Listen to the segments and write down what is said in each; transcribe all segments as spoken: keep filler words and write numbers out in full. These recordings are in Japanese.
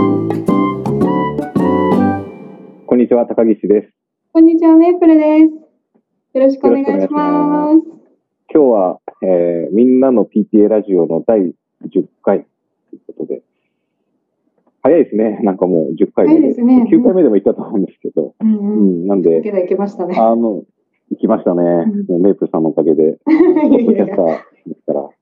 こんにちは、高岸です。 こんにちは、メープルです。よろしくお願いします。 今日は、えー、みんなの ピーティーエー ラジオのだいじゅっかいということで、早いですね。なんかもうじゅっかいめで、 早いですね、 きゅうかいめでも行ったと思うんですけど、 うんうんうん、 なんで、 けど行きましたね。 あの、行きましたね。うん、もうメープルさんのおかげで、ポッドキャスターですから。ね、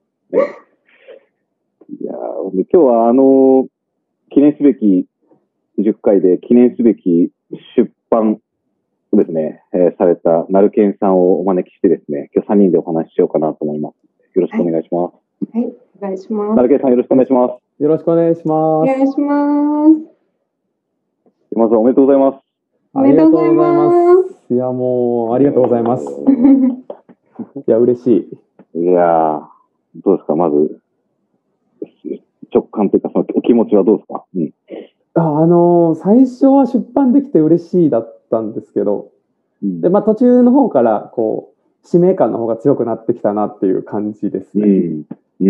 いや今日はあの記念すべきじゅっかいで記念すべき出版をですね、えー、されたなるけんさんをお招きしてですね、今日さんにんでお話ししようかなと思います。よろしくお願いします。 はい、はい、お願いします。 なるけんさんよろしくお願いします。 よろしくお願いします。 お願いします。 まずはおめでとうございます。 おめでとうございます。 いや、もうありがとうございます。いや、嬉しい。いやどうですか、まず直感というかそのお気持ちはどうですか。うん、 あ、あのー、最初は出版できて嬉しいだったんですけど、うん、でまあ、途中の方からこう使命感の方が強くなってきたなっていう感じですね。うんうん、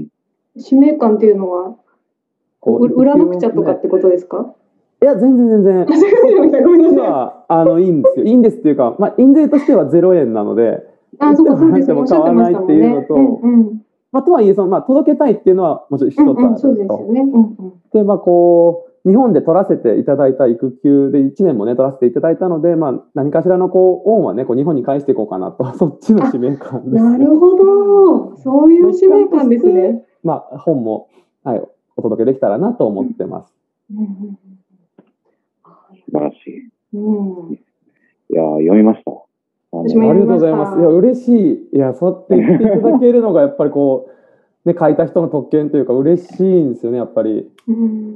使命感っていうのは売らなくちゃとかってことですか。 いや、全然全然ごめんなさい。 はあのいいんですよ。いいんですっていうか、まあ、印税としてはゼロえんなので、 あ、そうかそうですね。 も買わないっていうのと、うんうん、まあ、とはいえその、まあ、届けたいっていうのはもちろん一つあると。うんうん、そうですよね。うんうん、で、まあ、こう日本で取らせていただいた育休でいちねんもね取らせていただいたので、まあ、何かしらのこう恩はねこう日本に返していこうかなと、そっちの使命感です。 なるほど、そういう使命感ですね。 まあ、本も、はい、お届けできたらなと思ってます。うんうんうん、 素晴らしい。うん、いや読みました。 あ, ありがとうございます。いや嬉しい。いやそうやって言っていただけるのがやっぱりこうね書いた人の特権というか嬉しいんですよねやっぱり。うん、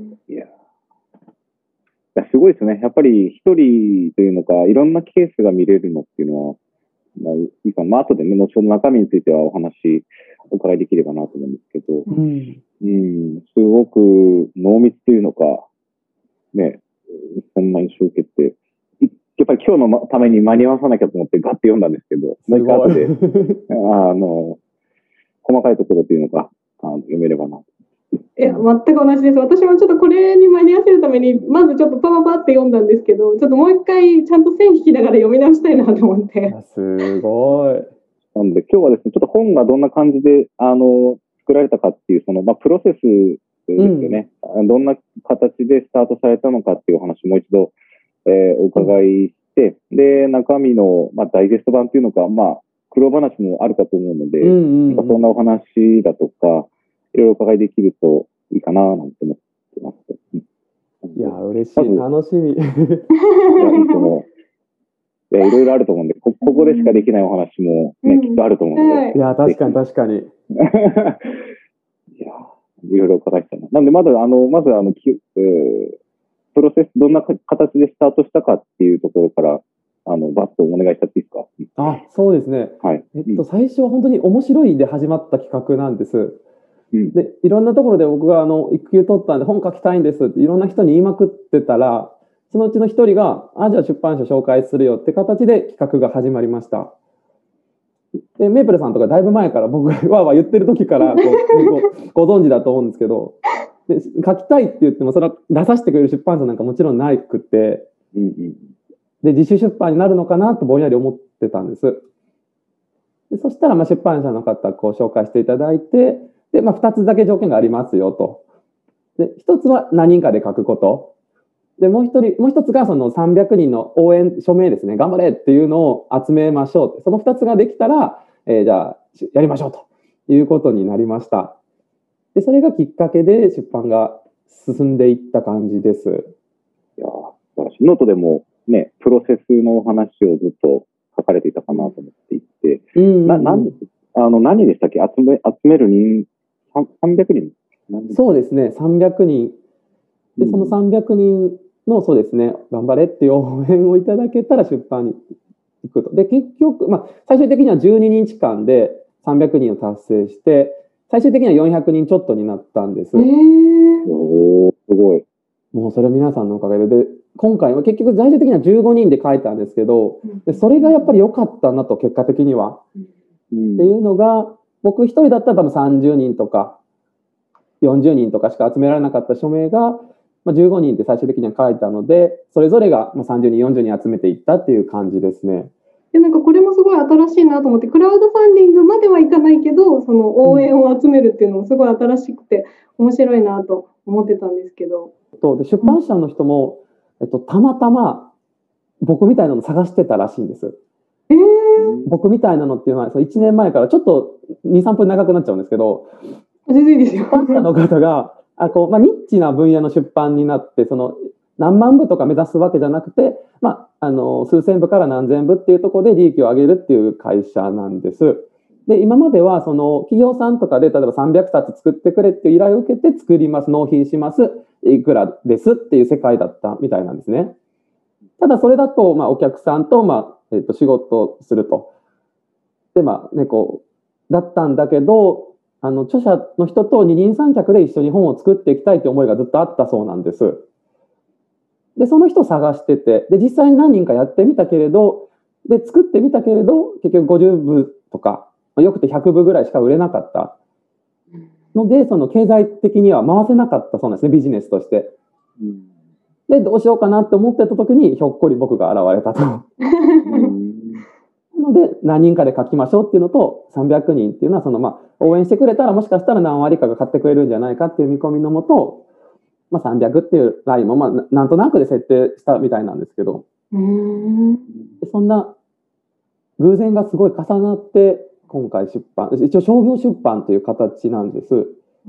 いや。いやすごいですね。やっぱり一人というのかいろんなケースが見れるのっていうのは、まあ、いいかな。まあ後でね後ほど中身についてはお話お伺いできればなと思うんですけど、うんうん、すごく濃密というのかね、そんな印象を受けて。やっぱり今日のために間に合わさなきゃと思ってガッて読んだんですけど、もう一回後であの細かいところというのかあの読めればな。 いや全く同じです。私もちょっとこれに間に合わせるためにまずちょっとパパパって読んだんですけど、ちょっともう一回ちゃんと線引きながら読み直したいなと思って。 すごい。 なんで今日はですね、ちょっと本がどんな感じであの作られたかっていうそのまあプロセスですよね、うん。どんな形でスタートされたのかっていうお話をもう一度。えー、お伺いして、うん、で中身の、まあ、ダイジェスト版というのか、まあ、苦労話もあるかと思うので、うんうんうん、そんなお話だとかいろいろお伺いできるといいかななんて思ってます。 いや嬉しい、楽しみ。いやいやいろいろあると思うんで こ, ここでしかできないお話も、ねうん、きっとあると思うので、 いや確かに確かにいやいろいろお伺いしたいな。なんでまずあのまずあのき、えープロセスどんな形でスタートしたかっていうところからあのバッとお願いしちゃっていいですか。 あ、そうですね、はいえっと、最初は本当に面白いで始まった企画なんです、うん、でいろんなところで僕があの育休取ったんで本書きたいんですっていろんな人に言いまくってたらそのうちの一人があじゃあ出版社紹介するよって形で企画が始まりました。でメープルさんとかだいぶ前から僕がわーわー言ってる時からこうご, ご存知だと思うんですけどで書きたいって言ってもそれは出させてくれる出版社なんかもちろんなくて、うんうん、で自主出版になるのかなとぼんやり思ってたんです。でそしたらまあ出版社の方こう紹介していただいてで、まあ、ふたつだけ条件がありますよと。でひとつは何人かで書くことでもう一人もう一つがそのさんびゃくにんの応援署名ですね頑張れっていうのを集めましょうってそのふたつができたら、えー、じゃあやりましょうということになりました。でそれがきっかけで出版が進んでいった感じです。 いやノートでもねプロセスの話をずっと書かれていたかなと思っていて、うんうんうん、な何あの何でしたっけ集め集める人さんびゃくにんそうですねさんびゃくにんでそのさんびゃくにんのそうですね頑張れっていう応援をいただけたら出版に行くと。で結局、まあ、最終的にはじゅうににちかんでさんびゃくにんを達成して最終的にはよんひゃくにんちょっとになったんです。 えー、おーすごい。 もうそれは皆さんのおかげでで今回は結局最終的にはじゅうごにんで書いたんですけどでそれがやっぱり良かったなと結果的には、うん、っていうのが僕一人だったら多分さんじゅうにんとかよんじゅうにんとかしか集められなかった署名がまあ、じゅうごにんで最終的には書いたので、それぞれがさんじゅうにん、よんじゅうにん集めていったっていう感じですね。 でなんかこれもすごい新しいなと思って、クラウドファンディングまではいかないけど、その応援を集めるっていうのもすごい新しくて面白いなと思ってたんですけど。 とで出版社の人も、えっと、たまたま僕みたいなの探してたらしいんです。 えー、 僕みたいなのっていうのはそのいちねんまえからちょっとに、さんぷん長くなっちゃうんですけど、 全然いいですよ。 出版社の方があこう、まあ、ニッチな分野の出版になって、その何万部とか目指すわけじゃなくて、まあ、あの数千部から何千部っていうところで利益を上げるっていう会社なんです。で今まではその企業さんとかで例えばさんびゃくさつ作ってくれっていう依頼を受けて作ります、納品します、いくらですっていう世界だったみたいなんですね。ただそれだと、まあ、お客さんと、まあえー、と仕事すると。でまあねこうだったんだけど、あの著者の人と二人三脚で一緒に本を作っていきたいという思いがずっとあったそうなんです。でその人を探してて、で実際に何人かやってみたけれど、で作ってみたけれど結局ごじゅうぶとかよくてひゃくぶぐらいしか売れなかったので、その経済的には回せなかったそうなんですね、ビジネスとして。でどうしようかなって思ってた時にひょっこり僕が現れたと。なので何人かで書きましょうっていうのと、さんびゃくにんっていうのはその、まあ、応援してくれたらもしかしたら何割かが買ってくれるんじゃないかっていう見込みのもと、まあ、さんびゃくっていうラインも、まあ、なんとなくで設定したみたいなんですけど、 うーんそんな偶然がすごい重なって今回出版、一応商業出版という形なんです。うん、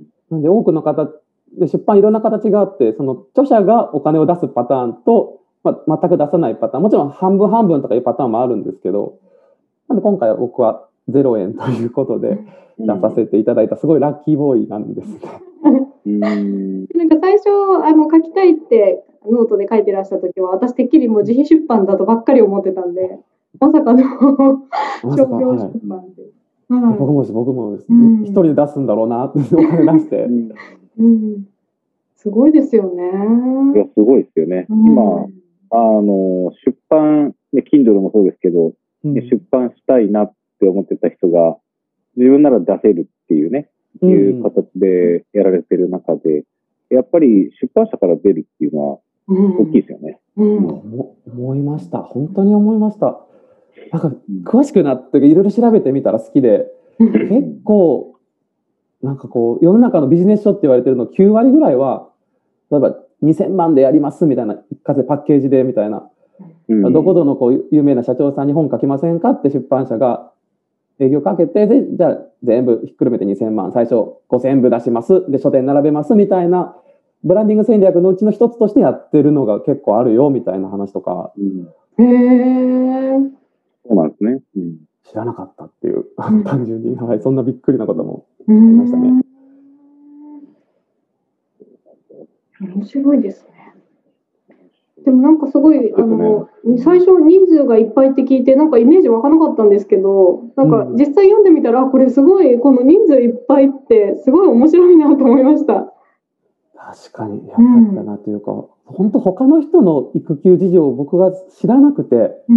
なんで多くの方で出版いろんな形があって、その著者がお金を出すパターンと、まあ、全く出さないパターン、もちろん半分半分とかいうパターンもあるんですけど、なんで今回は僕はゼロえんということで出させていただいた、すごいラッキーボーイなんですね。 うんなんか最初あの書きたいってノートで書いてらした時は、私てっきりもう自費出版だとばっかり思ってたんで、まさかの商業出版で、 はいはい、僕もです僕もです、うん、一人で出すんだろうなってお金出して、うんうん、すごいですよね。 いやすごいですよね、うん、今あの出版、ね、Kindle もそうですけど、うん、出版したいなって思ってた人が自分なら出せるっていうね、いう形でやられてる中で、やっぱり出版社から出るっていうのは大きいですよね。 うんうん、思いました。本当に思いました。なんか詳しくなっていろいろ調べてみたら好きで、結構なんかこう世の中のビジネス書って言われてるのきゅうわりぐらいは、例えばにせんまんでやりますみたいな、一括でパッケージでみたいな、うん、どこぞのこう有名な社長さんに本書きませんかって出版社が営業かけて、でじゃあ全部ひっくるめてにせんまん、最初ごせんぶ出します、で書店並べますみたいなブランディング戦略のうちの一つとしてやってるのが結構あるよみたいな話とか、 うん、へー、 そうなんですね、うん、 知らなかったっていう、うん、単純に、はい、そんなびっくりなこともありましたね。 面白いですね。でもなんかすごい、あの最初人数がいっぱいって聞いてなんかイメージ湧かなかったんですけど、なんか実際読んでみたら、これすごいこの人数いっぱいってすごい面白いなと思いました。 確かによかったなというか、うん、本当他の人の育休事情を僕が知らなくて、うん、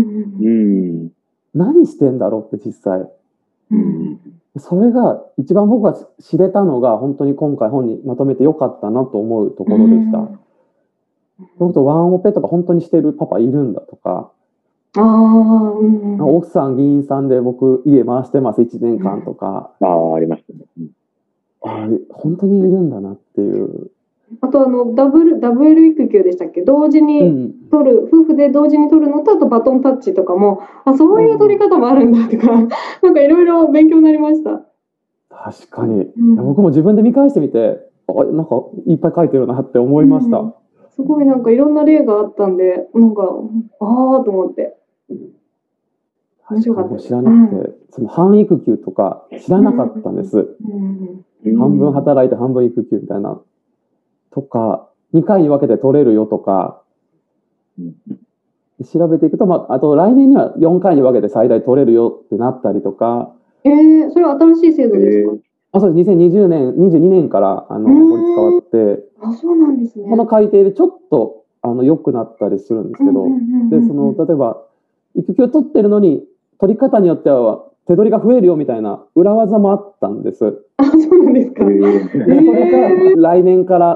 何してんだろうって実際、うん、それが一番僕が知れたのが本当に今回本にまとめてよかったなと思うところでした。うん、本当ワンオペとか本当にしてるパパいるんだとか、 あ、うん、 奥さん議員さんで僕家回してますいちねんかんとか、 うん、ああ、ありましたね、うん、 あ本当にいるんだなっていう。 あとあのダブルダブル育休でしたっけ、同時に取る、うん、夫婦で同時に取るのと、あとバトンタッチとかも、あそういう取り方もあるんだとか、うん、なんかいろいろ勉強になりました。 確かに、うん、僕も自分で見返してみて、あなんかいっぱい書いてるなって思いました。うん、 すごいなんかいろんな例があったんで、なんかああと思って。 面白かった。知らなくて、うん、その半育休とか知らなかったんです。うんうん、半分働いて半分育休みたいなとか、にかいに分けて取れるよとか、うん、調べていくと、まあ、あと来年にはよんかいに分けて最大取れるよってなったりとか。 えー、それは新しい制度ですか？えーあそうです。にせんにじゅうねん、にじゅうにねんからあの法律変わって、 あ、そうなんですね。 この改定でちょっとあの良くなったりするんですけど、でその例えば育休取ってるのに取り方によっては手取りが増えるよみたいな裏技もあったんです。 あ、そうなんですか。 でそれが来年から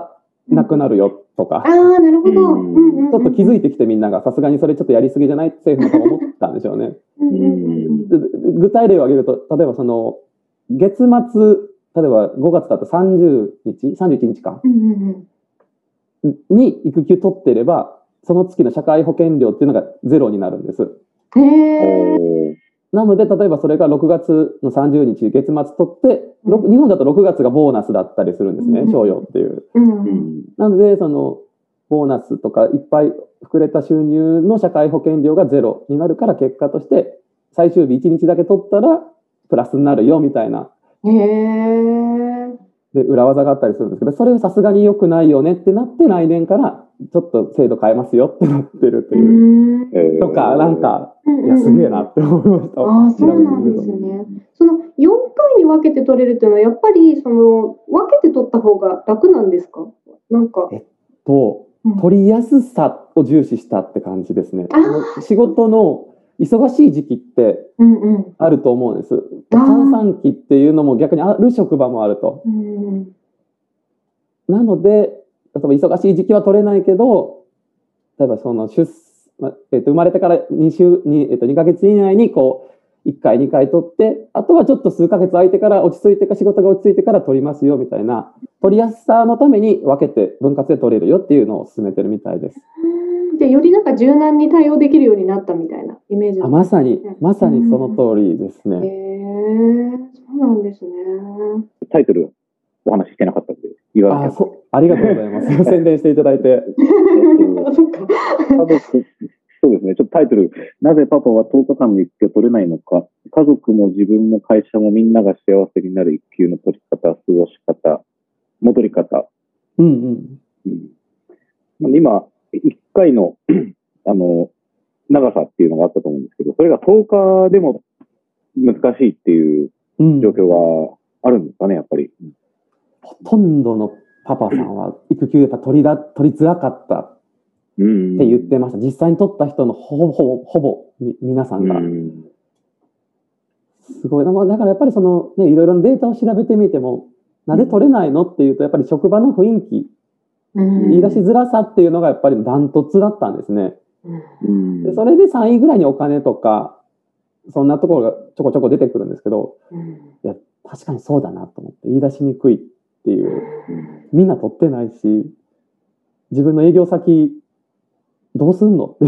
なくなるよとか、 ああ、なるほど。ちょっと気づいてきてみんながさすがにそれちょっとやりすぎじゃないって政府の方思ったんでしょうね。具体例を挙げると、例えばその月末、例えばごがつだとさんじゅうにち、さんじゅういちにちか、に育休取ってれば、その月の社会保険料っていうのがゼロになるんです。 へー。 なので、例えばそれがろくがつのさんじゅうにち、月末取って、うん、日本だとろくがつがボーナスだったりするんですね、賞与っていう。うん、なので、その、ボーナスとかいっぱい膨れた収入の社会保険料がゼロになるから、結果として、最終日いちにちだけ取ったら、プラスになるよ、みたいな。 へー。 で、裏技があったりするんですけど、それはさすがに良くないよねってなって、来年から、ちょっと制度変えますよってなってるという。とか、なんか、いや、すげえなって思いました。 ああ、そうなんですね。そのよんかいに分けて取れるっていうのは、やっぱり、その、分けて取った方が楽なんですか？なんか。 えっと、取りやすさを重視したって感じですね。 あ仕事の忙しい時期ってあると思うんです。閑散期っていうのも逆にある職場もあると。なので、例えば忙しい時期は取れないけど、例えばその出、えっと、生まれてからに週に、えっと、にかげつ以内にこういっかいにかい取って、あとはちょっと数ヶ月空いてから落ち着いてか仕事が落ち着いてから取りますよみたいな、取りやすさのために分けて分割で取れるよっていうのを進めてるみたいです。 でよりなんか柔軟に対応できるようになったみたいなイメージ、ね、 あまさにまさにその通りですね。 へえ、そうなんですね。 タイトルお話ししてなかったんで言わなきゃ。 あ、そありがとうございます。宣伝していただいて。 家族、そうですね。ちょっとタイトル、なぜパパはとおかかんの育休を取れないのか。家族も自分も会社もみんなが幸せになる育休の取り方、過ごし方、戻り方。 うんうんうん、今、いっかいのあの長さっていうのがあったと思うんですけど、それがとおかでも難しいっていう状況があるんですかね、やっぱり。 ほとんどのパパさんは育休やっぱ取りだ取りづらかったって言ってました。実際に取った人のほぼほぼほぼ皆さんが。すごい。だからやっぱりそのね、いろいろなデータを調べてみても、なぜ取れないのっていうと、やっぱり職場の雰囲気、言い出しづらさっていうのがやっぱりダントツだったんですね。でそれでさんいぐらいにお金とか、そんなところがちょこちょこ出てくるんですけど、いや、確かにそうだなと思って言い出しにくいっていう、みんな取ってないし、自分の営業先どうすんのっていう。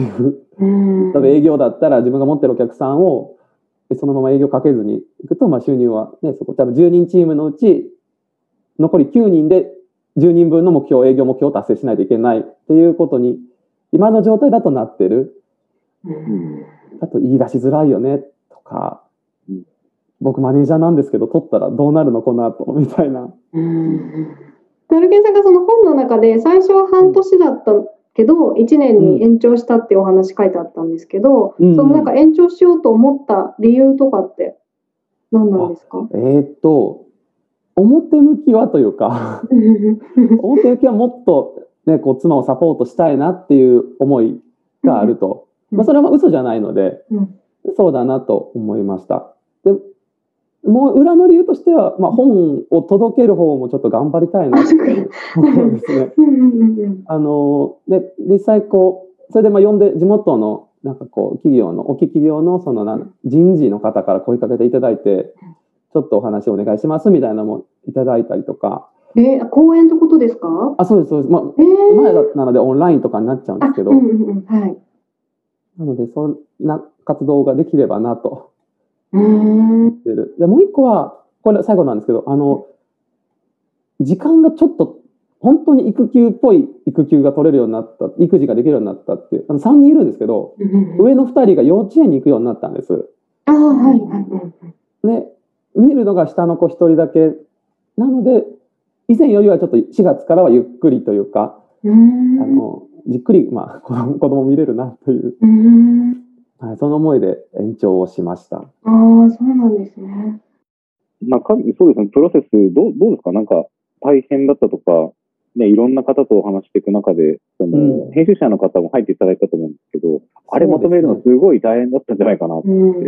例えば営業だったら自分が持ってるお客さんをそのまま営業かけずにいくと、まあ収入はね、そこ多分じゅうにんチームのうち残りきゅうにんでじゅうにんぶんの目標、営業目標を達成しないといけないっていうことに今の状態だとなってる。だと言い出しづらいよねとか、僕マネージャーなんですけど取ったらどうなるのこの後みたいな。 タルケンさんがその本の中で最初は半年だったけどいちねんに延長したっていうお話書いてあったんですけど、うん、そのなんか延長しようと思った理由とかって何なんですか？ えー、っと表向きはというか表向きはもっと、ね、こう妻をサポートしたいなっていう思いがあると、まあ、それは嘘じゃないので、うん、そうだなと思いました。でもう裏の理由としては、まあ、本を届ける方もちょっと頑張りたいなっていうところですね。あので実際こうそれでまあ呼んで地元のなんかこう企業の大きい企業のそのなん人事の方から声かけていただいてちょっとお話お願いしますみたいなのもいただいたりとか。 えー、講演ってことですか？ あ、そうですそうです。まあ、えー、今なのでオンラインとかになっちゃうんですけど、 うんうんうん、はい、 なのでそんな活動ができればなと。 うーんでもう一個はこれ最後なんですけど、あの時間がちょっと本当に育休っぽい育休が取れるようになった、育児ができるようになったっていう、あのさんにんいるんですけど、上のふたりが幼稚園に行くようになったんです。 あ、はいはいね、見るのが下の子ひとりだけなので、以前よりはちょっとしがつからはゆっくりというか、 うーんあのじっくり、まあ、子供、子供見れるなという、 うーん、 はい、その思いで延長をしました。 ああ、そうなんですね。 まあ、そうですね、プロセスどう、どうですか？なんか大変だったとか、ね、いろんな方とお話していく中で、その、うん、編集者の方も入っていただいたと思うんですけど、あれまとめるのすごい大変だったんじゃないかなって。うん、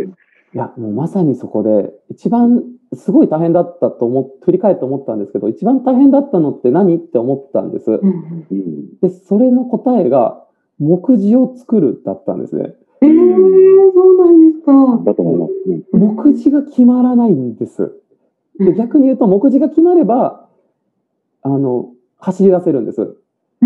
いや、もうまさにそこで、一番すごい大変だったと思っ、振り返って思ったんですけど、一番大変だったのって何って思ったんです。うん、で、それの答えが、目次を作るだったんですね。 えー、そうなんですか。 だと思います。 目次が決まらないんです。で、逆に言うと、目次が決まれば、あの、走り出せるんです。 うん。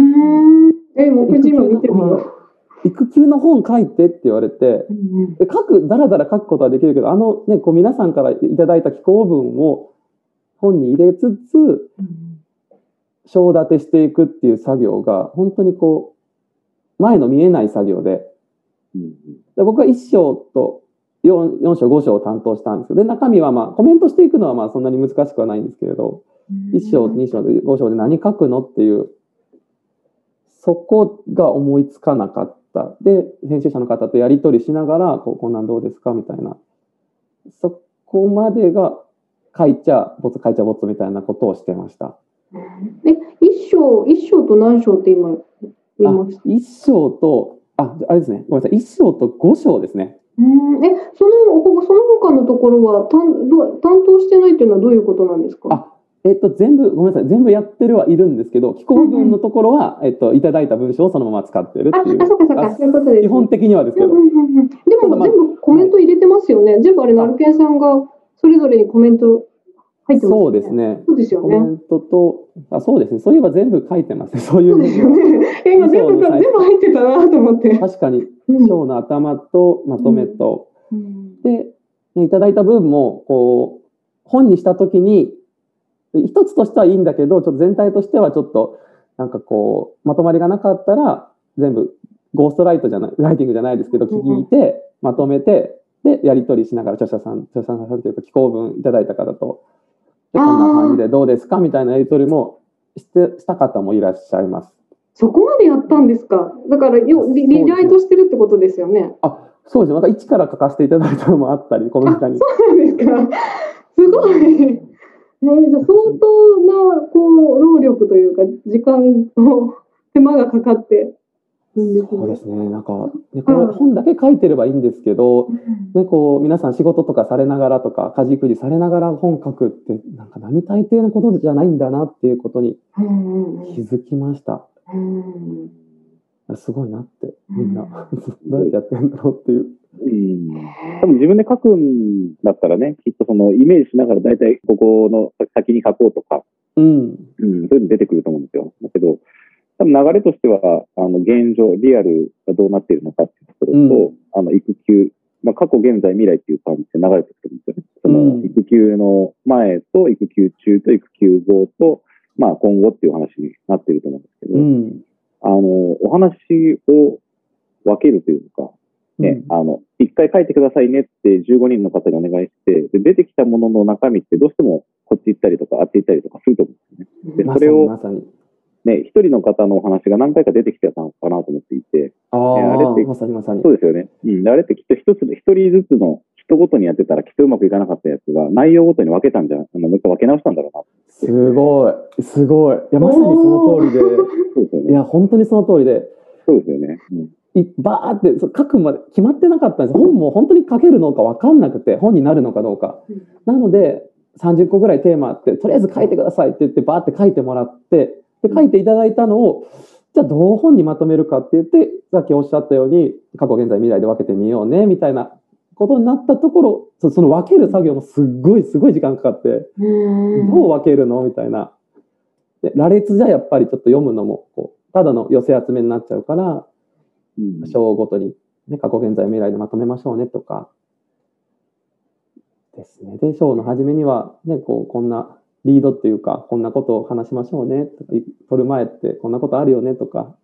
え、目次今見てみよう。 育休の本書いてって言われて、で書く、だらだら書くことはできるけど、あのね、こう皆さんからいただいた寄稿文を本に入れつつ、章立てしていくっていう作業が、本当にこう、前の見えない作業で、で僕はいっ章と 4, 4章、ご章を担当したんですけど、で、中身はまあ、コメントしていくのはまあそんなに難しくはないんですけれど、いっ章、に章、ご章で何書くのっていう、そこが思いつかなかった。で、編集者の方とやり取りしながら、こう、こんなんどうですかみたいな。そこまでが書いちゃボツ書いちゃボツみたいなことをしてました。 え、一章、一章と何章って今言いました？ 一章と、あ、あれですね。ごめんなさい。一章と五章ですね。 うんえ、その、その他のところは担ど担当してないっていうのはどういうことなんですか？ あえっと、全部、ごめんなさい、全部やってるはいるんですけど、寄稿文のところは、うんうん、えっと、いただいた文章をそのまま使ってるっていう。 あ、あそうかそうか、そういうことです、ね。 基本的にはですけど。 うんうんうん、でも、全部コメント入れてますよね。はい、全部あれ、ナルケンさんがそれぞれにコメント入ってますよね。 そうですね。 そうですよね。 コメントと、あ、そうですね。そういえば全部書いてますね。そういう。 そうですよね。今全部、全部入ってたなと思って。 確かに、章の頭とまとめと、うん、で、ね、いただいた文も、こう、本にしたときに、一つとしてはいいんだけど、ちょっと全体としてはちょっと、なんかこう、まとまりがなかったら、全部、ゴーストライトじゃない、ライティングじゃないですけど、聞いて、まとめて、で、やり取りしながら、著者さん、著者さんというか、寄稿文いただいた方と、でこんな感じでどうですかみたいなやり取りもしてした方もいらっしゃいます。 そこまでやったんですか？だから、よリリライトしてるってことですよね。 あ、そうですね。また一から書かせていただいたのもあったり、この中に。 そうなんですか。すごい。えー、じゃあ相当なこう労力というか時間と手間がかかってるんですね。 そうですね。なんか、ね、これ本だけ書いてればいいんですけど、うん、ね、こう皆さん仕事とかされながらとか家事育児されながら本書くってなんか並大抵のことじゃないんだなっていうことに気づきました。うんうん、すごいなってみんな、うん、どうやってやってるんだろうっていう。 うん、多分自分で書くんだったらね、きっとそのイメージしながら大体ここの先に書こうとか、うんうん、そういうの出てくると思うんですよ。だけど、多分流れとしては、あの現状、リアルがどうなっているのかっていうところと、うん、あの育休、まあ、過去、現在、未来っていう感じで流れてくるんですよね。その育休の前と育休中と育休後と、まあ、今後っていう話になっていると思うんですけど、うん、あのお話を分けるというか、ね、うん、あの、一回書いてくださいねってじゅうごにんの方にお願いして、で、出てきたものの中身ってどうしてもこっち行ったりとか、あっち行ったりとかすると思うんですよね。で、それを、 まさにまさにね、一人の方のお話が何回か出てきてたのかなと思っていて、 あ、 ね、あれって、 まさにまさに。 そうですよね。うん。あれってきっと一つで、一人ずつの人ごとにやってたらきっとうまくいかなかったやつが内容ごとに分けたんじゃない、もう一回分け直したんだろうなって。 すごい、すごい。いや、まさにその通りで、そうですよね。いや、本当にその通りで。 そうですよね。うんバーって書くまで決まってなかったんです。本も本当に書けるのか分かんなくて、本になるのかどうか。なので、さんじゅっこぐらいテーマあって、とりあえず書いてくださいって言って、バーって書いてもらって、で、書いていただいたのを、じゃあどう本にまとめるかって言って、さっきおっしゃったように、過去、現在、未来で分けてみようね、みたいなことになったところ、その分ける作業もすっごい、すごい時間かかって、どう分けるのみたいな。で、羅列じゃやっぱりちょっと読むのも、こう、ただの寄せ集めになっちゃうから、章ごとに、ね、過去、現在、未来でまとめましょうねとかですね。で、章の初めには、ね、こうこんなリードっていうか、こんなことを話しましょうねとか、撮る前ってこんなことあるよねとか。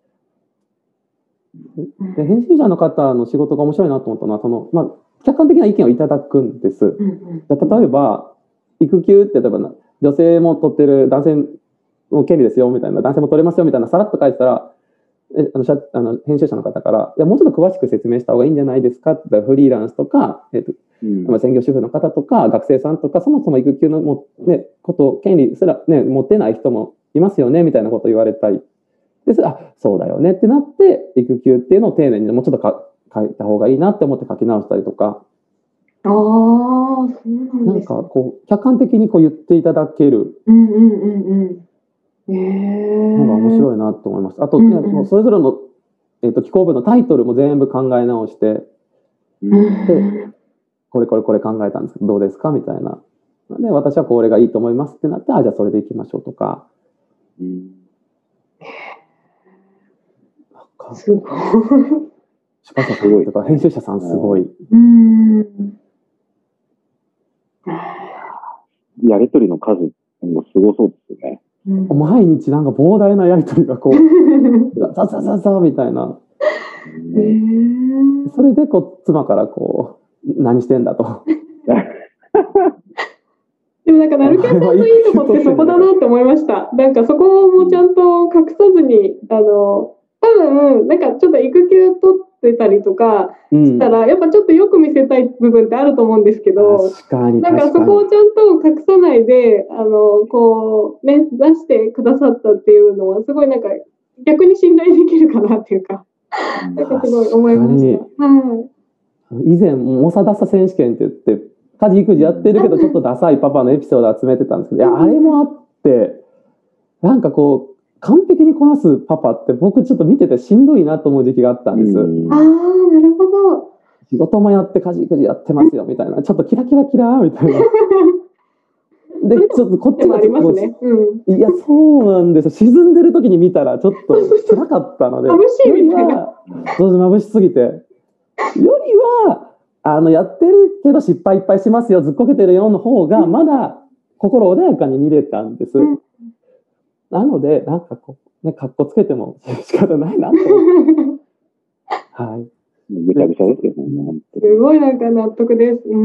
で、編集者の方の仕事が面白いなと思ったのは、その、まあ、客観的な意見をいただくんです。例えば、育休って例えば女性も取ってる、男性の権利ですよみたいな、男性も取れますよみたいな、さらっと書いてたら、えあのあの編集者の方から「いやもうちょっと詳しく説明した方がいいんじゃないですか」って言ったら、フリーランスとか、えーとうん、専業主婦の方とか学生さんとか、そもそも育休のも、ね、こと権利すら、ね、持ってない人もいますよねみたいなことを言われたりで、それあそうだよねってなって、育休っていうのを丁寧にもうちょっとか書いた方がいいなって思って書き直したりとか。 ああ、そうなんです。 なんかこう客観的にこう言っていただけるうんうんうんうん。へえ。 のが面白いなと思いました。あとね、うんうん、もうそれぞれの、えーと、寄稿文のタイトルも全部考え直して、 うん、 で、これこれこれ考えたんですけどどうですかみたいな。で、私はこれがいいと思いますってなって、あ、じゃあそれでいきましょうとか。うん、 なんかすごい。 出版社さんとか編集者さんすごい。 うん。 やりとりの数もすごそうですよね。 うん、毎日なんか膨大なやりとりがこう、ザザザザみたいな。 へー、 それでこう妻からこう、何してんだと。 でもなんか、なるけさんのいいとこってそこだなって思いました。なんかそこもちゃんと隠さずに、あの、多分、なんかちょっと育休取ってたりとかしたら、うん、やっぱちょっとよく見せたい部分ってあると思うんですけど、 確かになんかそこをちゃんと隠さないで、あの、こう、ね、出してくださったっていうのは、すごいなんか逆に信頼できるかなっていうか、なんかすごい思いました。はい。 以前、モサダサ選手権って言って、家事育児やってるけどちょっとダサいパパのエピソード集めてたんですけど、いや、あれもあって、なんかこう、完璧にこなすパパって僕ちょっと見ててしんどいなと思う時期があったんです。ああ、なるほど。 仕事もやって家事育児やってますよみたいな、ちょっとキラキラキラみたいな。で、ちょっとこっちがちょっと、ね、うん、いや、そうなんですよ。沈んでる時に見たらちょっと辛かったので、 眩しいみたいな。 どうぞ眩しすぎて。よりは、あの、やってるけど失敗いっぱいしますよ、ずっこけてるよの方が、まだ心穏やかに見れたんです。うん、なので、なんかこう、ね、かっこつけても仕方ないなと思って。はい。 ぐちゃぐちゃですよね。 すごいなんか納得です。うん。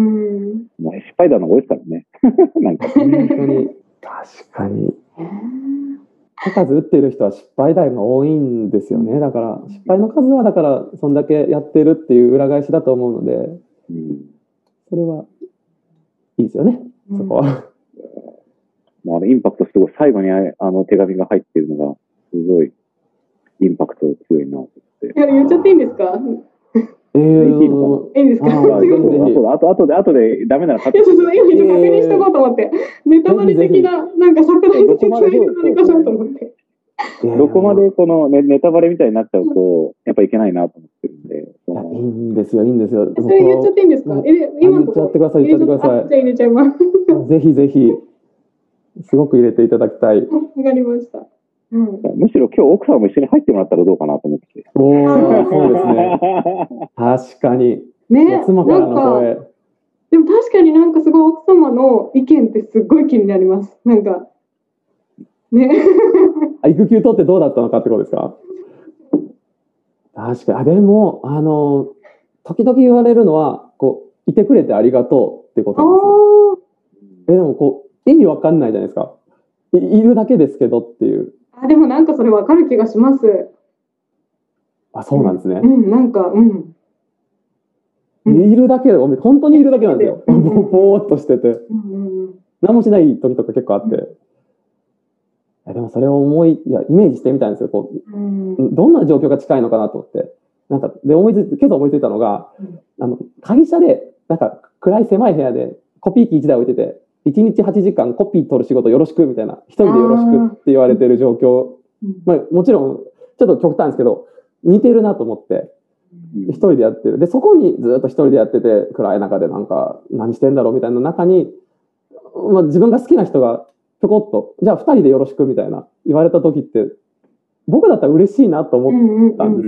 まあ、失敗談の多いですからね。なんか。 本当に。確かに。手数打ってる人は失敗談が多いんですよね。だから、失敗の数は、だから、そんだけやってるっていう裏返しだと思うので、うん、それはいいですよね、そこは。 まあ、インパクトすごい、最後にあの手紙が入っているのが、すごいインパクト強いなって。 いや、言っちゃっていいんですか？ えー、いいのいいんですか？ あと、あとで、あとで、ダメならいや、ちょっと今一応確認しとこうと思って、ネタバレ的な、なんかサプライズ的な何かしようと思って。 どこまでこのネネタバレみたいになっちゃうと、やっぱいけないなと思ってるんで。 いや、いいんですよ、いいんですよ。 それ言っちゃっていいんですか？え、今のとこ言っちゃってください、言っちゃってください。 じゃあ入れちゃいます。 ぜひぜひ、すごく入れていただきたい。 わかりました。 うん、むしろ今日奥さんも一緒に入ってもらったらどうかなと思って。 おー、そうですね。確かに。 ね、 妻からの声。 でも確かになんかすごい奥様の意見ってすごい気になります。なんか、ね。 あ、育休取ってどうだったのかってことですか？確かに。あ、でも、あの、時々言われるのは、こう、いてくれてありがとうってことなんですね。え、でもこう、意味わかんないじゃないですか。い, いるだけですけどっていう。 あ、でもなんかそれわかる気がします。 あ、そうなんですね。 うん、うん、なんか、うん。 いるだけで、本当にいるだけなんですよ。ぼーっとしてて。何もしない時とか結構あって。いやでもそれを思い、いや、イメージしてみたいんですよ。こう、どんな状況が近いのかなと思って。なんか、で、思いついて、けど思いついたのが、あの、会社で、なんか、暗い狭い部屋でコピー機いちだい置いてて、いちにちはちじかんコピー取る仕事よろしくみたいな、一人でよろしくって言われてる状況。まあ、もちろん、ちょっと極端ですけど、似てるなと思って。一人でやってる。で、そこにずっと一人でやってて、暗い中でなんか、何してんだろうみたいな中に、まあ、自分が好きな人がちょこっと、じゃあ二人でよろしくみたいな言われた時って、僕だったら嬉しいなと思ったんです。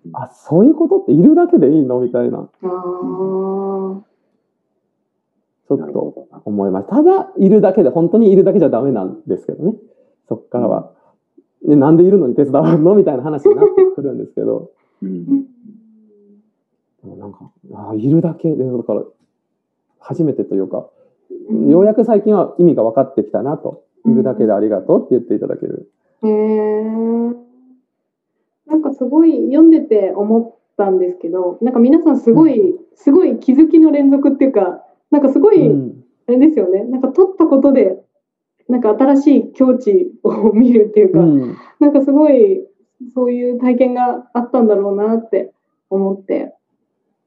あ、そういうことっているだけでいいのみたいな。ちょっと思います。ただ、いるだけで、本当にいるだけじゃダメなんですけどね。そっからは。で、なんでいるのに手伝うのみたいな話になってくるんですけど。うん、でもなんか、ああ、いるだけで、だから、初めてというか、ようやく最近は意味が分かってきたなと、いるだけでありがとうって言っていただける。 へー。なんかすごい読んでて思ったんですけど、なんか皆さんすごい、すごい気づきの連続っていうか、なんかすごい、あれですよね、なんか取ったことで、なんか新しい境地を見るっていうか、うん、なんかすごいそういう体験があったんだろうなって思って。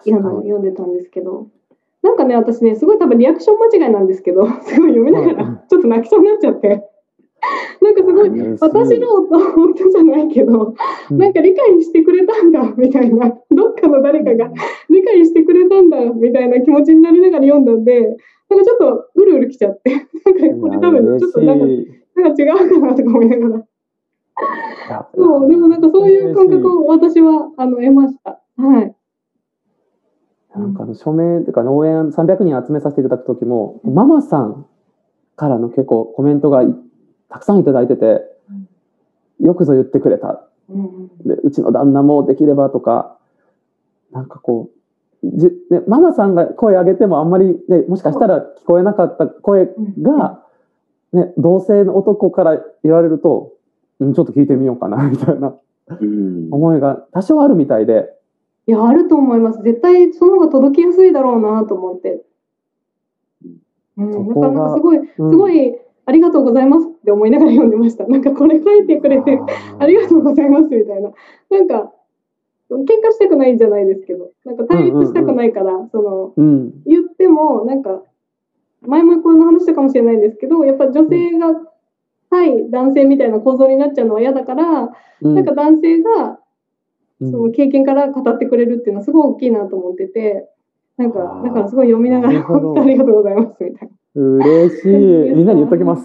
あの読んでたんですけど、なんかね、私ね、すごい多分リアクション間違いなんですけど、すごい読みながらちょっと泣きそうになっちゃって。なんかすごい、私の夫じゃないけど、なんか理解してくれたんだみたいな、どっかの誰かが理解してくれたんだみたいな気持ちになりながら読んだんで、なんかちょっとうるうるきちゃって、なんかこれ多分ちょっとなんかなんか違うかなとか思いながら。そう、でもなんかそういう感覚を私はあの得ました。はい。 なんかの署名というか農園さんびゃくにん集めさせていただく時も、ママさんからの結構コメントがたくさんいただいてて、よくぞ言ってくれた。で、うちの旦那もできればとか、なんかこう、じね、ママさんが声上げてもあんまり、ね、もしかしたら聞こえなかった声が、ね、同性の男から言われると、うん、ちょっと聞いてみようかなみたいな思いが多少あるみたいで。 いや、あると思います。絶対その方が届きやすいだろうなと思って。うん、だからなんかすごい、すごい、ありがとうございますって思いながら読んでました。なんかこれ書いてくれてありがとうございますみたいな。なんか喧嘩したくないんじゃないですけど、なんか対立したくないから、その、うん、言ってもなんか前もこの話したかもしれないんですけど、やっぱ女性が対男性みたいな構造になっちゃうのは嫌だから、うん、なんか男性がその経験から語ってくれるっていうのはすごい大きいなと思ってて、なんかだからすごい読みながら本当ありがとうございますみたいな。 嬉しい。みんなに言っときます。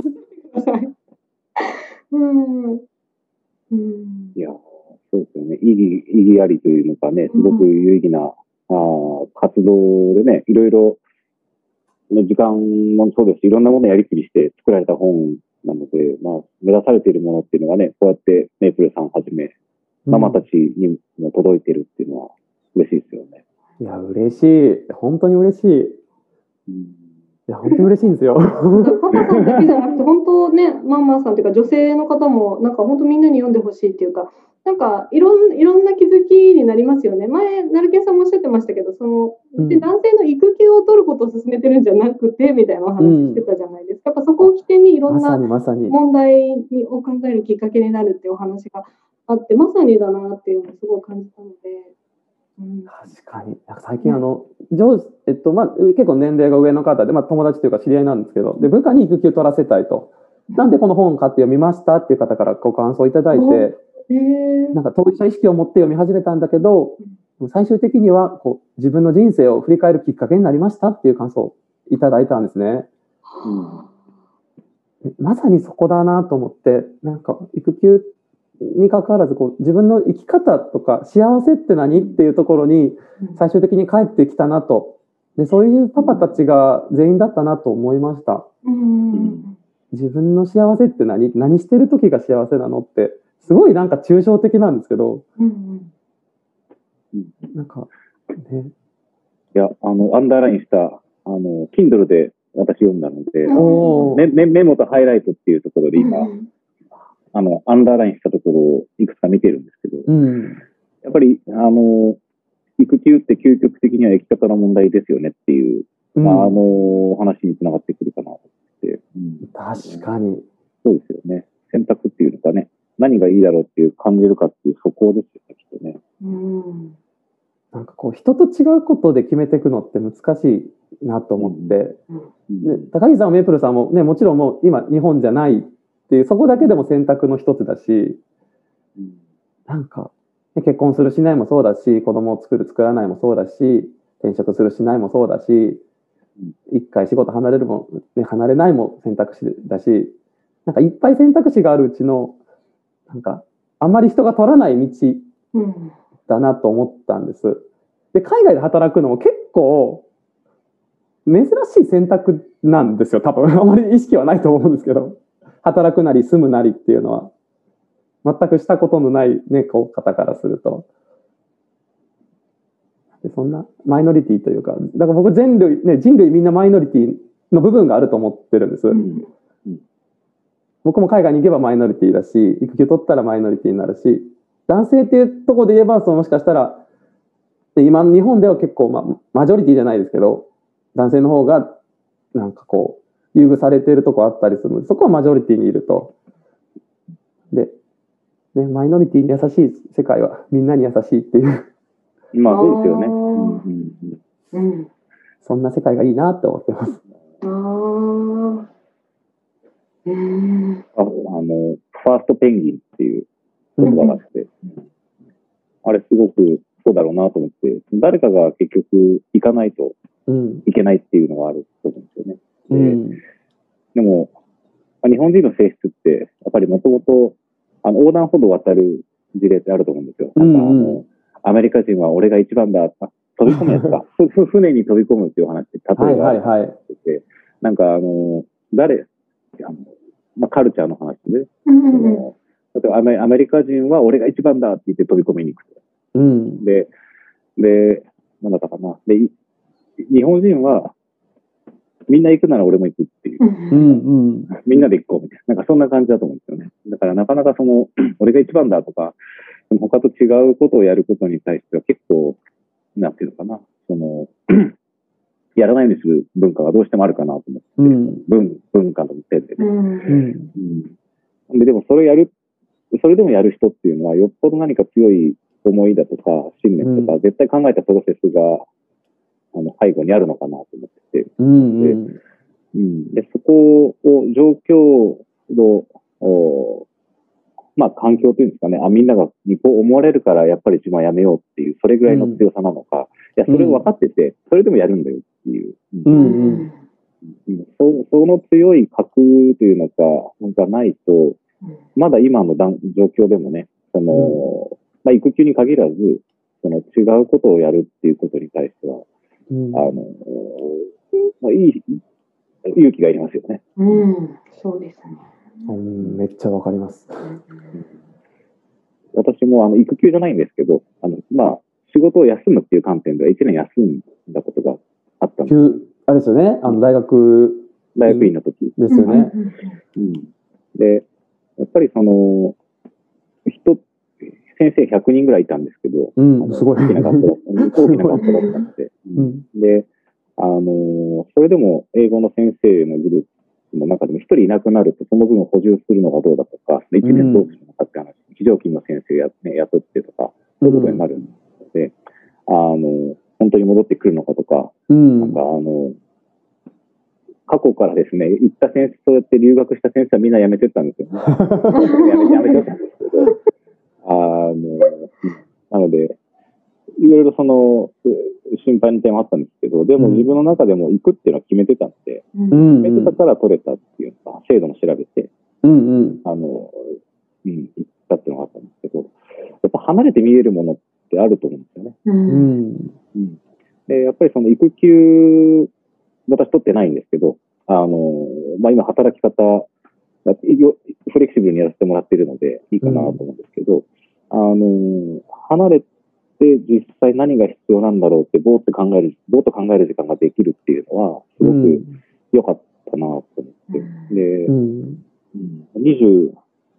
うん、うん、いや、そうですよね。意義、意義ありというのかね、すごく有意義な、うん、あ活動でね、いろいろの時間もそうですし、いろんなものをやりくりして作られた本なので、まあ、目指されているものっていうのがね、こうやってメイプルさんはじめ、ママたちにも届いてるっていうのは嬉しいですよね。 いや、嬉しい。本当に嬉しい。うんいや本当に嬉しいんですよ。 パパさんだけじゃなくて本当ね、ママさんというか女性の方もなんか本当みんなに読んでほしいっていうか、なんかいろんいろんな気づきになりますよね。前なるけさんもおっしゃってましたけど、その、うん、男性の育休を取ることを勧めてるんじゃなくてみたいなお話してたじゃないですか。うん、やっぱそこを起点にいろんな問題を考えるきっかけになるっていうお話があって、まさにだなっていうのをすごい感じたので。 うん、確かに最近あの、上えっとまあ、結構年齢が上の方で、まあ、友達というか知り合いなんですけど、で部下に育休取らせたいと、なんでこの本買って読みましたっていう方からご感想いただいて、なんか当事者意識を持って読み始めたんだけど、最終的にはこう自分の人生を振り返るきっかけになりましたっていう感想をいただいたんですね。うん、まさにそこだなと思って、なんか育休に関わらずこう自分の生き方とか幸せって何っていうところに最終的に帰ってきたなと、でそういうパパたちが全員だったなと思いました。うん、自分の幸せって何何してる時が幸せなのってすごいなんか抽象的なんですけど、うんうん、なんかね、 いやあのアンダーラインしたあの Kindle で私読んだので、ねね、メモとハイライトっていうところで今、うんあの、アンダーラインしたところをいくつか見てるんですけど、うん、やっぱり、あの、育休って究極的には生き方の問題ですよねっていう、うん、まあ、あの、話につながってくるかなと思って、うん。 確かに。 そうですよね。選択っていうのかね、何がいいだろうっていう感じるかっていう、そこですよね、きっとね。うん、 なんかこう、人と違うことで決めていくのって難しいなと思って、うんね、高木さんもメープルさんもね、もちろんもう今、日本じゃないっていうそこだけでも選択の一つだし、なんか、ね、結婚するしないもそうだし、子供を作る作らないもそうだし、転職するしないもそうだし、一回仕事離れるも、ね、離れないも選択肢だし、なんかいっぱい選択肢があるうちのなんかあんまり人が取らない道だなと思ったんです。で、海外で働くのも結構珍しい選択なんですよ。多分あまり意識はないと思うんですけど。働くなり住むなりっていうのは全くしたことのない、ね、こう方からするとでそんなマイノリティというかだから僕人類、ね、人類みんなマイノリティの部分があると思ってるんです、うんうん、僕も海外に行けばマイノリティだし育休取ったらマイノリティになるし男性っていうところで言えばそのもしかしたら今日本では結構、ま、マジョリティじゃないですけど男性の方がなんかこう優遇されているとこあったりするので、そこはマジョリティにいると。で、ね、マイノリティに優しい世界はみんなに優しいっていうまあそうですよね。 うん、 そんな世界がいいなって思ってます。 あうん、 ああの、ファーストペンギンっていう言葉があって、うん、あれすごくそうだろうなと思って、誰かが結局行かないといけないっていうのがあると思うんですよね。うん、で, でも、日本人の性質って、やっぱりもともと横断歩道を渡る事例ってあると思うんですよ。なんかあの、うんうん、アメリカ人は俺が一番だ、飛び込むやつか、船に飛び込むっていう話って例えばあってて、はいはいはい、なんかあの、誰、あのまあ、カルチャーの話で、うんうん、その例えばアメアメリカ人は俺が一番だって言って飛び込みに行く。うん、で、で、なんだったかな。で、日本人は、みんな行くなら俺も行くっていう。うんうん、みんなで行こうみたいな。なんかそんな感じだと思うんですよね。だからなかなかその、俺が一番だとか、他と違うことをやることに対しては結構、なんていうのかな。その、やらないようにする文化がどうしてもあるかなと思って。うん、文, 文化の点でね。うんうん、で, でもそれやる、それでもやる人っていうのは、よっぽど何か強い思いだとか、信念とか、うん、絶対考えたプロセスが、あの背後にあるのかなと思ってて、うんうんでうん、でそこを状況のまあ環境というんですかね、あみんながこう思われるからやっぱり自分はやめようっていうそれぐらいの強さなのか、うん、いやそれを分かっててそれでもやるんだよっていう、うんうんうん、そ, その強い覚というのかがないとまだ今の状況でもねその、うんまあ、育休に限らずその違うことをやるっていうことに対してはうん、あのまあ、いい勇気がいりますよね。 うん、そうですね。 うん、めっちゃわかります。 私もあの育休じゃないんですけど、あのまあ仕事を休むっていう観点ではいちねん休んだことがあったんです。 あれですよね。あの大学大学院の時ですよね。 うん、でやっぱりその人先生ひゃくにんぐらいいたんですけど、 うん、すごい大きな学校だった大きな学校だったので、うん、で、あのー、それでも英語の先生のグループの中でも一人いなくなると、その分を補充するのがどうだとか、いちねんどうするのかって話、非常勤の先生や、ね、雇ってとか、そういうことになるので、あの、本当に戻ってくるのかとか、うん、なんかあの、過去からですね、行った先生、そうやって留学した先生はみんな辞めてったんですよね。辞めて、辞めてったんですけど、あの、なので、いろいろその、心配な点はあったんですけど、でも自分の中でも行くっていうのは決めてたんで、うん、決めてたから取れたっていうか、制度も調べて、うんうん、あの、うん、行ったっていうのがあったんですけど、やっぱ離れて見えるものってあると思うんですよね。うんうん、でやっぱりその育休、私取ってないんですけど、あの、まあ、今働き方、フレキシブルにやらせてもらっているのでいいかなと思うんですけど、うん、あの、離れて実際何が必要なんだろうってぼーっと考える、ぼーっと考える時間ができるっていうのはすごく良かったなと思って、うん、で、うん、にじゅ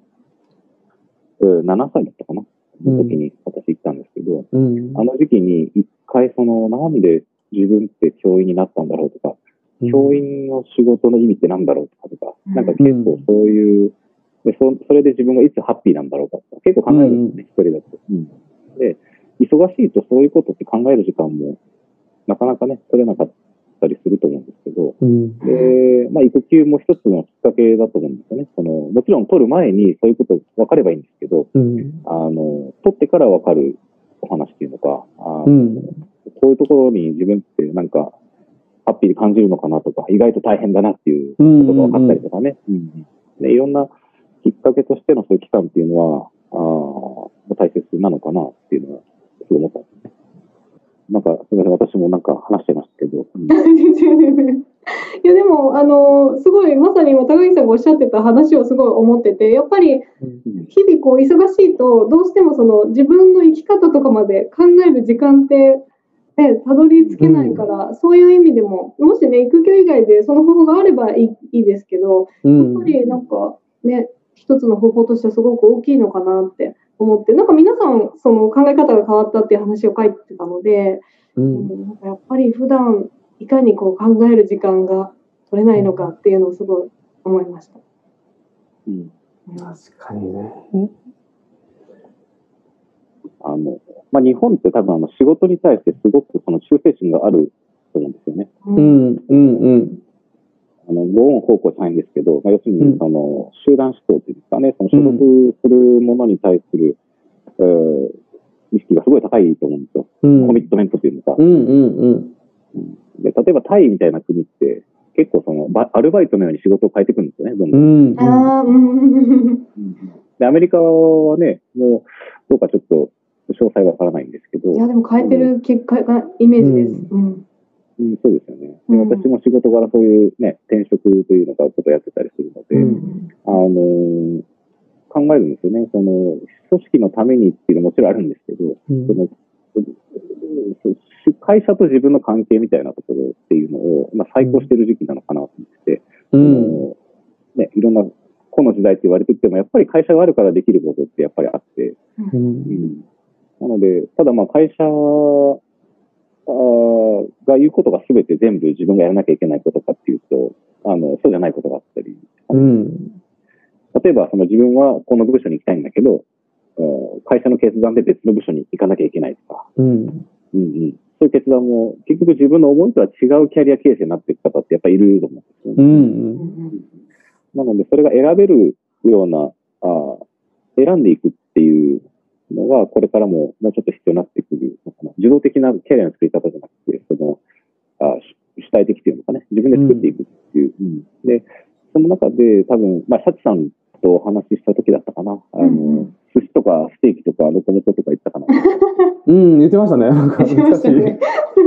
うななさいだったかなの時に私行ったんですけど、うん、あの時期に一回そのなんで自分って教員になったんだろうとか、教員の仕事の意味って何だろうとかとか、うん、なんか結構そういうで そ, それで自分がいつハッピーなんだろうかとか結構考えるんですね、一、うん、人だと、うん。で、忙しいとそういうことって考える時間もなかなかね、取れなかったりすると思うんですけど、うん、で、まあ、育休も一つのきっかけだと思うんですよね。そのもちろん取る前にそういうこと分かればいいんですけど、うん、あの取ってから分かるお話っていうのか、あの、うん、こういうところに自分ってなんかハッピーに感じるのかなとか、意外と大変だなっていうことが分かったりとかね。うんうんうん、でいろんなきっかけとしてのそういう期間っていうのは、あ大切なのかなっていうのは、すごい思ったんですね。なんか、すみません、私もなんか話してましたけど。うん、 いや、でも、あの、すごい、まさに今、高木さんがおっしゃってた話をすごい思ってて、やっぱり、日々こう、忙しいと、どうしてもその、自分の生き方とかまで考える時間って、ね、たどり着けないから、うん、そういう意味でも、もしね、育休以外でその方法があればいい、いいですけど、うん、やっぱりなんか、ね、一つの方法としてはすごく大きいのかなって思って、なんか皆さんその考え方が変わったっていう話を書いてたので、うん、なんかやっぱり普段いかにこう考える時間が取れないのかっていうのをすごい思いました。 うん、確かにね。 あのまあ、日本って多分あの仕事に対してすごくその忠誠心があると思うんですよね。 うん、うん、うん。 あの、ご恩奉公じゃないんですけど、まあ、要するに、その、集団思想っていうんですかね、その所属するものに対する、うん、えー、意識がすごい高いと思うんですよ。うん、コミットメントっていうのか。 うん、うん、うん。 で、例えばタイみたいな国って、結構その、アルバイトのように仕事を変えていくんですよね、どんどん。うん、あうん、で、アメリカはね、もう、どうかちょっと、詳細はわからないんですけど。 いや、でも変えてる結果がイメージです。うん。 うん、そうですよね。で、私も仕事柄そういうね、転職というのがことをやってたりするので、うん、あのー、考えるんですよね。その、組織のためにっていうのももちろんあるんですけど、うん、その会社と自分の関係みたいなところっていうのを、まあ、再考してる時期なのかなと思ってて、うん、ね、いろんな、この時代って言われてきても、やっぱり会社があるからできることってやっぱりあって、うんうん、なので、ただまあ会社が言うことが全て全部自分がやらなきゃいけないことかっていうと、あの、そうじゃないことがあったり、うん、例えばその自分はこの部署に行きたいんだけど、会社の決断で別の部署に行かなきゃいけないとか、うんうんうん、そういう決断も結局自分の思いとは違うキャリア形成になっていく方ってやっぱりいると思うんですよね。うんうん、なのでそれが選べるような、あ選んでいくっていうのがこれからももうちょっと必要になってくるのかな。受動的なキャリアの作り方じゃなくて、そのあ主体的というのかね、自分で作っていくっていう。うんうん、で、その中で多分、まあ、シャチさんとお話しした時だったかな。あの、うんうん、寿司とかステーキとかロコモコとか言ったかな。 うん、言ってましたね。なんか難しい。ね、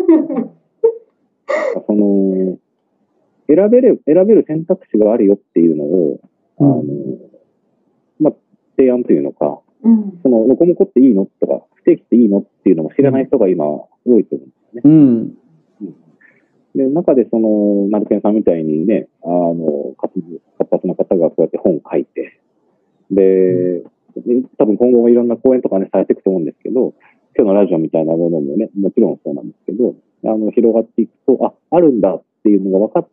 その、選べる、選べる選択肢があるよっていうのを、あの、うん、まあ、提案というのか、うん、そのロコモコっていいのとか、ステーキっていいのっていうのも知らない人が今多いと思うんですよね。うんで、中でその、ナルケンさんみたいにね、あの、活発な方がこうやって本を書いて、で、多分今後もいろんな講演とかね、されていくと思うんですけど、今日のラジオみたいなものもね、もちろんそうなんですけど、あの、広がっていくと、あ、あるんだっていうのが分かって、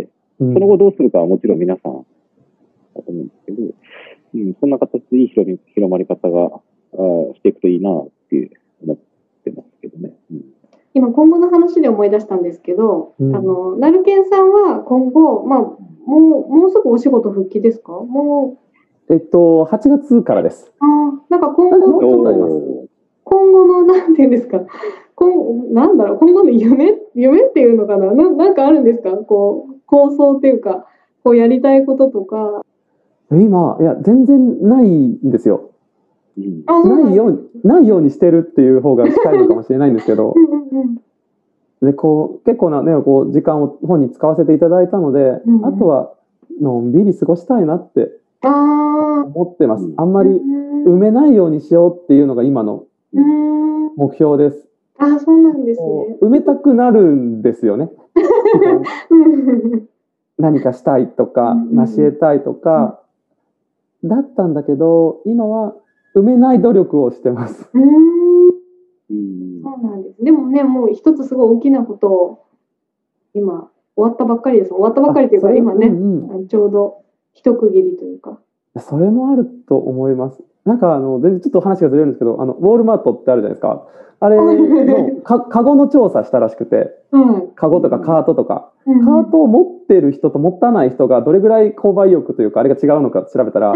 その後どうするかはもちろん皆さんだと思うんですけど、うん、そんな形でいい広まり方があしていくといいなって思ってますけどね。うん、 今今後の話で思い出したんですけど、うん、あのナルケンさんは今後、まあ、もうもうすぐお仕事復帰ですか？もうえっとはちがつからです。 あなんか今後今後のなんていうんですか、今なんだろう今後の夢夢っていうのかな、ななんかあるんですか？こう構想っていうかこうやりたいこととか。 今いや全然ないんですよ。うん、ないようにないようにしてるっていう方が近いのかもしれないんですけど。でこう結構な、ね、こう時間を本に使わせていただいたので、うんうん、あとはのんびり過ごしたいなって思ってます。あんまり埋めないようにしようっていうのが今の目標です。 あ、そうなんですね。 埋めたくなるんですよね。何かしたいとか、成し得たいとか、だったんだけど、今は埋めない努力をしてます。 そうなんです。でもね、もう一つすごい大きなことを今終わったばっかりです。終わったばっかりというか今ね、うんうん、ちょうど一区切りというか。 それもあると思います。なんかあの全然ちょっと話がずれるんですけど、あのウォールマートってあるじゃないですか。あれのかカゴの調査したらしくて、うん、カゴとかカートとか、うん、カートを持ってる人と持たない人がどれぐらい購買意欲というかあれが違うのか調べたら、うん、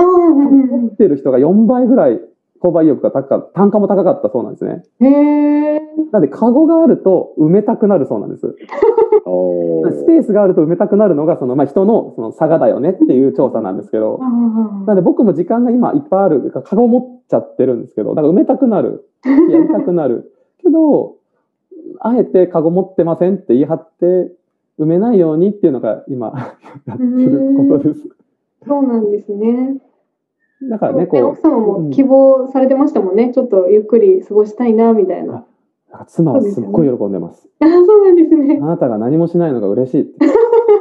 持ってる人がよんばいぐらい購買意欲が高かった、単価も高かったそうなんですね。へー。なんでカゴがあると埋めたくなるそうなんです。スペースがあると埋めたくなるのがその、まあ、人のその差がだよねっていう調査なんですけど、なので僕も時間が今いっぱいある、カゴ持っちゃってるんですけど、だから埋めたくなる、やりたくなるけど、あえてカゴ持ってませんって言い張って埋めないようにっていうのが今やってることです。 そうなんですね。 だからね、こう奥様も希望されてましたもんね、うん、ちょっとゆっくり過ごしたいなみたいな。 妻はすっごい喜んでます。 あ、そうなんですね。 あなたが何もしないのが嬉しいって。だ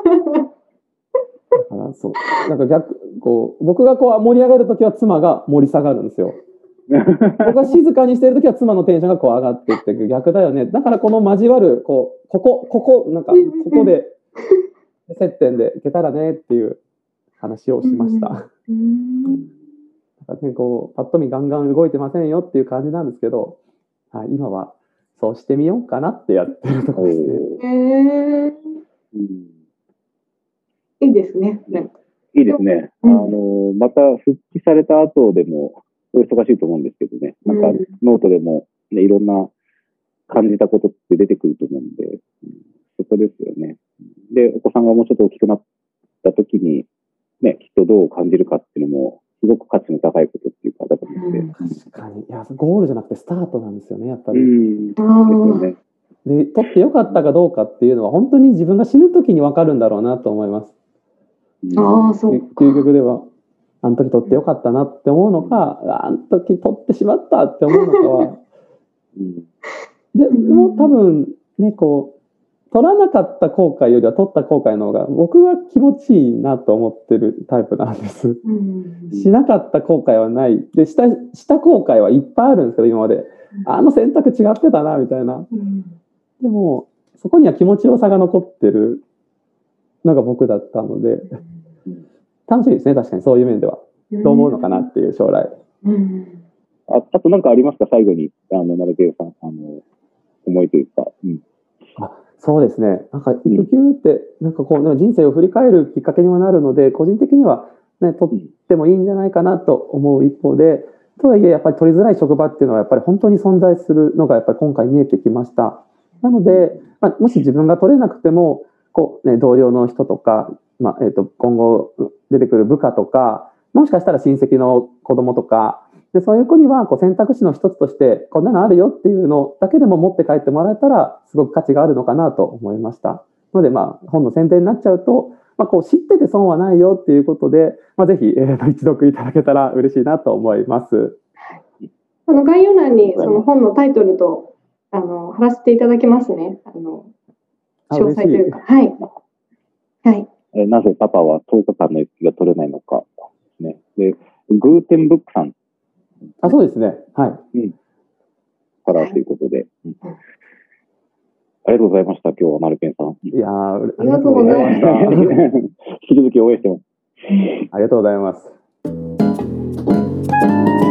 からそう、なんか逆こう僕がこう盛り上がるときは妻が盛り下がるんですよ。僕が静かにしてるときは妻のテンションがこう上がっていって逆だよね。だからこの交わるこうここここなんかここで接点でいけたらねっていう話をしました。うん、だからねこうパッと見ガンガン動いてませんよっていう感じなんですけど。 はい、今はそうしてみようかなってやってるところですね。 へえー、うん、いいですね。 いいですね。うん、あのまた復帰された後でもお忙しいと思うんですけどね、なんかノートでも、ね、いろんな感じたことって出てくると思うんで、うん、そこですよね。で、お子さんがもうちょっと大きくなった時に、ね、きっとどう感じるかっていうのも、すごく価値の高いことっていうか、だと思って。うん、 確かに。いや、ゴールじゃなくてスタートなんですよね、やっぱり。うん。 ですよね。 で、取ってよかったかどうかっていうのは、本当に自分が死ぬ時に分かるんだろうなと思います。 ああ、そう。 究極では、あの時取ってよかったなって思うのか、あの時取ってしまったって思うのかは、うん、でも多分ね、こう、取らなかった後悔よりは取った後悔の方が僕は気持ちいいなと思ってるタイプなんです。うん、しなかった後悔はない。で、した、した後悔はいっぱいあるんですけど、今まで。あの選択違ってたな、みたいな。うん、でも、そこには気持ちよさが残ってるのが僕だったので、楽しいですね、確かにそういう面では。どう思うのかなっていう将来。うん、 あ, あと何かありますか、最後に、あの、なるけどさん、あの、思いというか。うん、 あ、そうですね。なんか育休って、なんかこう、人生を振り返るきっかけにもなるので、個人的にはね、とってもいいんじゃないかなと思う一方で、とはいえ、やっぱり取りづらい職場っていうのは、やっぱり本当に存在するのが、やっぱり今回見えてきました。なので、まあ、もし自分が取れなくても、こう、ね、同僚の人とか、まあ、えっと、今後出てくる部下とか、もしかしたら親戚の子供とか、でそういう子にはこう選択肢の一つとしてこんなのあるよっていうのだけでも持って帰ってもらえたらすごく価値があるのかなと思いました。のでまあ本の宣伝になっちゃうと、まあ、こう知ってて損はないよっていうことで、まあ、ぜひ、えー、一読いただけたら嬉しいなと思います。 この概要欄にその本のタイトルとあの貼らせていただきますね。あの詳細というか。はい。はい。 えなぜパパはとおかかんの育休が取れないのか、ね。で、グーテンブックさん。 あ、そうですね。はい。うん。 からということで、うん。ありがとうございました。今日はマルケンさん。 いやありがとうございました。 引き続き応援してます。 ありがとうございます。